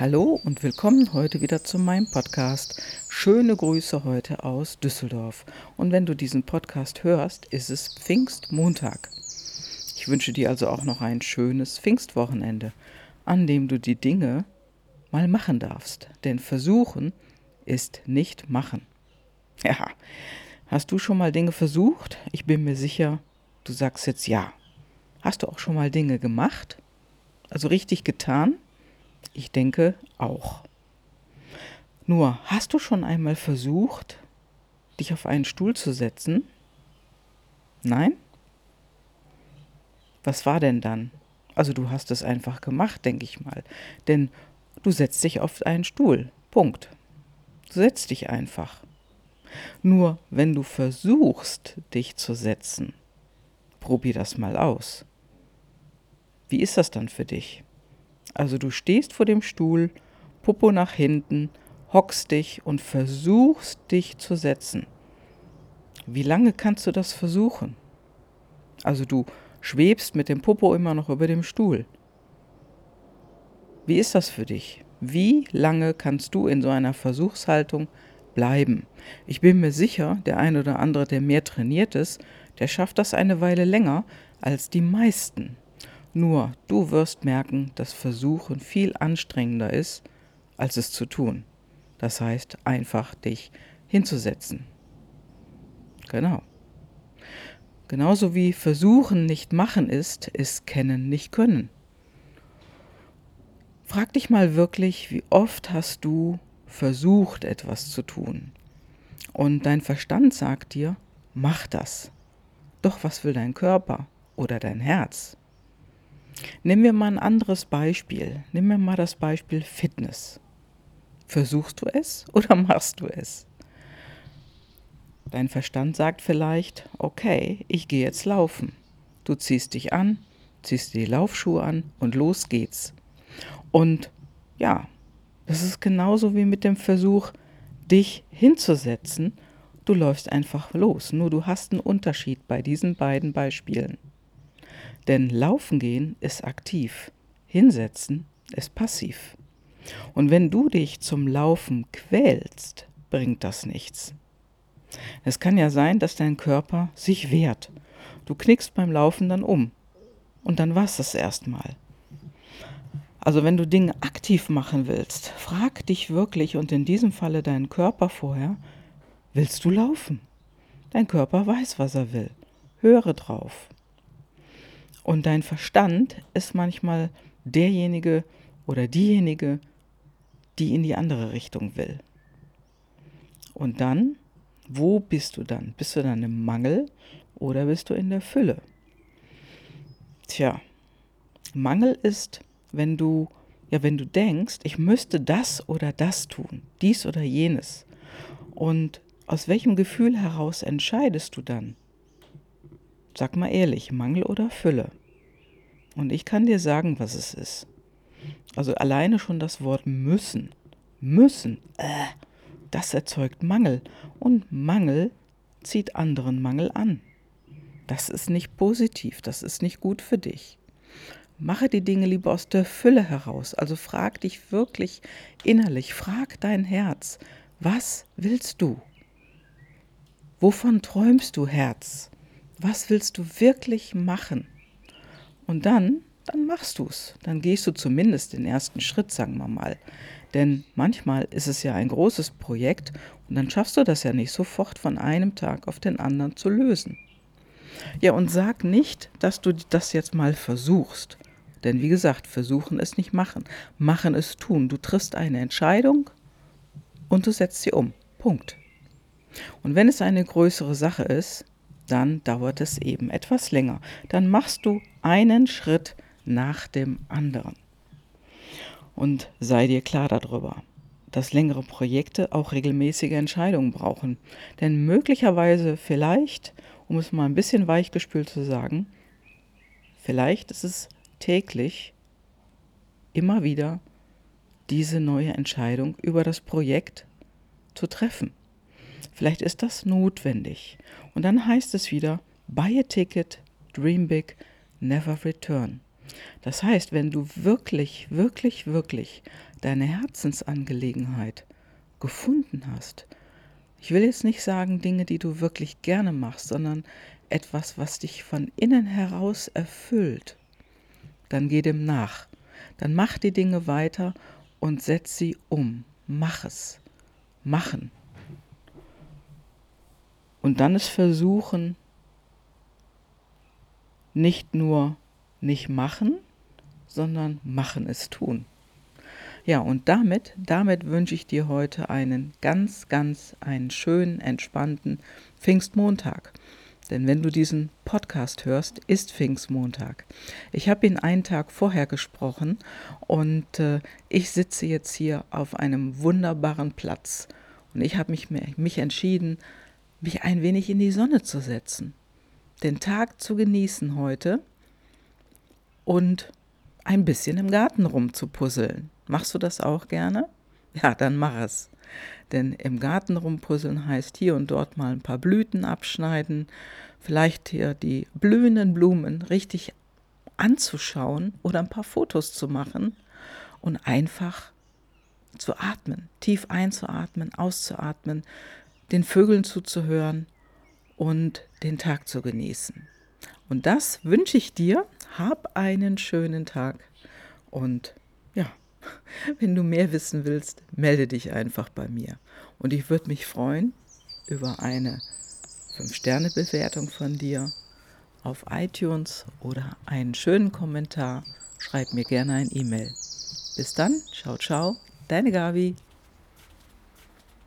Hallo und willkommen heute wieder zu meinem Podcast. Schöne Grüße heute aus Düsseldorf. Und wenn du diesen Podcast hörst, ist es Pfingstmontag. Ich wünsche dir also auch noch ein schönes Pfingstwochenende, an dem du die Dinge mal machen darfst. Denn versuchen ist nicht machen. Ja, hast du schon mal Dinge versucht? Ich bin mir sicher, du sagst jetzt ja. Hast du auch schon mal Dinge gemacht? Also richtig getan? Ich denke auch. Nur, hast du schon einmal versucht, dich auf einen Stuhl zu setzen? Nein? Was war denn dann? Also du hast es einfach gemacht, denke ich mal. Denn du setzt dich auf einen Stuhl. Punkt. Du setzt dich einfach. Nur wenn du versuchst, dich zu setzen, probier das mal aus. Wie ist das dann für dich? Also du stehst vor dem Stuhl, Popo nach hinten, hockst dich und versuchst dich zu setzen. Wie lange kannst du das versuchen? Also du schwebst mit dem Popo immer noch über dem Stuhl. Wie ist das für dich? Wie lange kannst du in so einer Versuchshaltung bleiben? Ich bin mir sicher, der ein oder andere, der mehr trainiert ist, der schafft das eine Weile länger als die meisten. Nur du wirst merken, dass Versuchen viel anstrengender ist, als es zu tun. Das heißt, einfach dich hinzusetzen. Genau. Genauso wie Versuchen nicht machen ist Kennen nicht können. Frag dich mal wirklich, wie oft hast du versucht, etwas zu tun? Und dein Verstand sagt dir, mach das. Doch was will dein Körper oder dein Herz? Nehmen wir mal ein anderes Beispiel. Nehmen wir mal das Beispiel Fitness. Versuchst du es oder machst du es? Dein Verstand sagt vielleicht, okay, ich gehe jetzt laufen. Du ziehst dich an, ziehst dir die Laufschuhe an und los geht's. Und ja, das ist genauso wie mit dem Versuch, dich hinzusetzen. Du läufst einfach los. Nur du hast einen Unterschied bei diesen beiden Beispielen. Denn laufen gehen ist aktiv, hinsetzen ist passiv. Und wenn du dich zum Laufen quälst, bringt das nichts. Es kann ja sein, dass dein Körper sich wehrt. Du knickst beim Laufen dann um. Und dann war's das erstmal. Also wenn du Dinge aktiv machen willst, frag dich wirklich und in diesem Falle deinen Körper vorher, willst du laufen? Dein Körper weiß, was er will. Höre drauf. Und dein Verstand ist manchmal derjenige oder diejenige, die in die andere Richtung will. Und dann, wo bist du dann? Bist du dann im Mangel oder bist du in der Fülle? Tja, Mangel ist, wenn du denkst, ich müsste das oder das tun, dies oder jenes. Und aus welchem Gefühl heraus entscheidest du dann? Sag mal ehrlich, Mangel oder Fülle? Und ich kann dir sagen, was es ist. Also alleine schon das Wort müssen, das erzeugt Mangel. Und Mangel zieht anderen Mangel an. Das ist nicht positiv, das ist nicht gut für dich. Mache die Dinge lieber aus der Fülle heraus. Also frag dich wirklich innerlich, frag dein Herz, was willst du? Wovon träumst du, Herz? Was willst du wirklich machen? Und dann machst du es. Dann gehst du zumindest den ersten Schritt, sagen wir mal. Denn manchmal ist es ja ein großes Projekt und dann schaffst du das ja nicht sofort von einem Tag auf den anderen zu lösen. Ja, und sag nicht, dass du das jetzt mal versuchst. Denn wie gesagt, versuchen ist nicht machen. Machen ist tun. Du triffst eine Entscheidung und du setzt sie um. Punkt. Und wenn es eine größere Sache ist, dann dauert es eben etwas länger. Dann machst du einen Schritt nach dem anderen. Und sei dir klar darüber, dass längere Projekte auch regelmäßige Entscheidungen brauchen. Denn möglicherweise vielleicht, um es mal ein bisschen weichgespült zu sagen, vielleicht ist es täglich immer wieder diese neue Entscheidung über das Projekt zu treffen. Vielleicht ist das notwendig. Und dann heißt es wieder, buy a ticket, dream big, never return. Das heißt, wenn du wirklich, wirklich, wirklich deine Herzensangelegenheit gefunden hast. Ich will jetzt nicht sagen Dinge, die du wirklich gerne machst, sondern etwas, was dich von innen heraus erfüllt, dann geh dem nach. Dann mach die Dinge weiter und setz sie um. Mach es. Machen. Und dann ist versuchen, nicht nur nicht machen, sondern machen es tun. Ja, und damit wünsche ich dir heute einen einen schönen, entspannten Pfingstmontag. Denn wenn du diesen Podcast hörst, ist Pfingstmontag. Ich habe ihn einen Tag vorher gesprochen und ich sitze jetzt hier auf einem wunderbaren Platz. Und ich habe mich entschieden, mich ein wenig in die Sonne zu setzen, den Tag zu genießen heute und ein bisschen im Garten rumzupuzzeln. Machst du das auch gerne? Ja, dann mach es. Denn im Garten rumpuzzeln heißt hier und dort mal ein paar Blüten abschneiden, vielleicht hier die blühenden Blumen richtig anzuschauen oder ein paar Fotos zu machen und einfach zu atmen, tief einzuatmen, auszuatmen, den Vögeln zuzuhören und den Tag zu genießen. Und das wünsche ich dir. Hab einen schönen Tag. Und ja, wenn du mehr wissen willst, melde dich einfach bei mir. Und ich würde mich freuen über eine 5-Sterne-Bewertung von dir auf iTunes oder einen schönen Kommentar. Schreib mir gerne ein E-Mail. Bis dann, ciao, ciao, deine Gabi.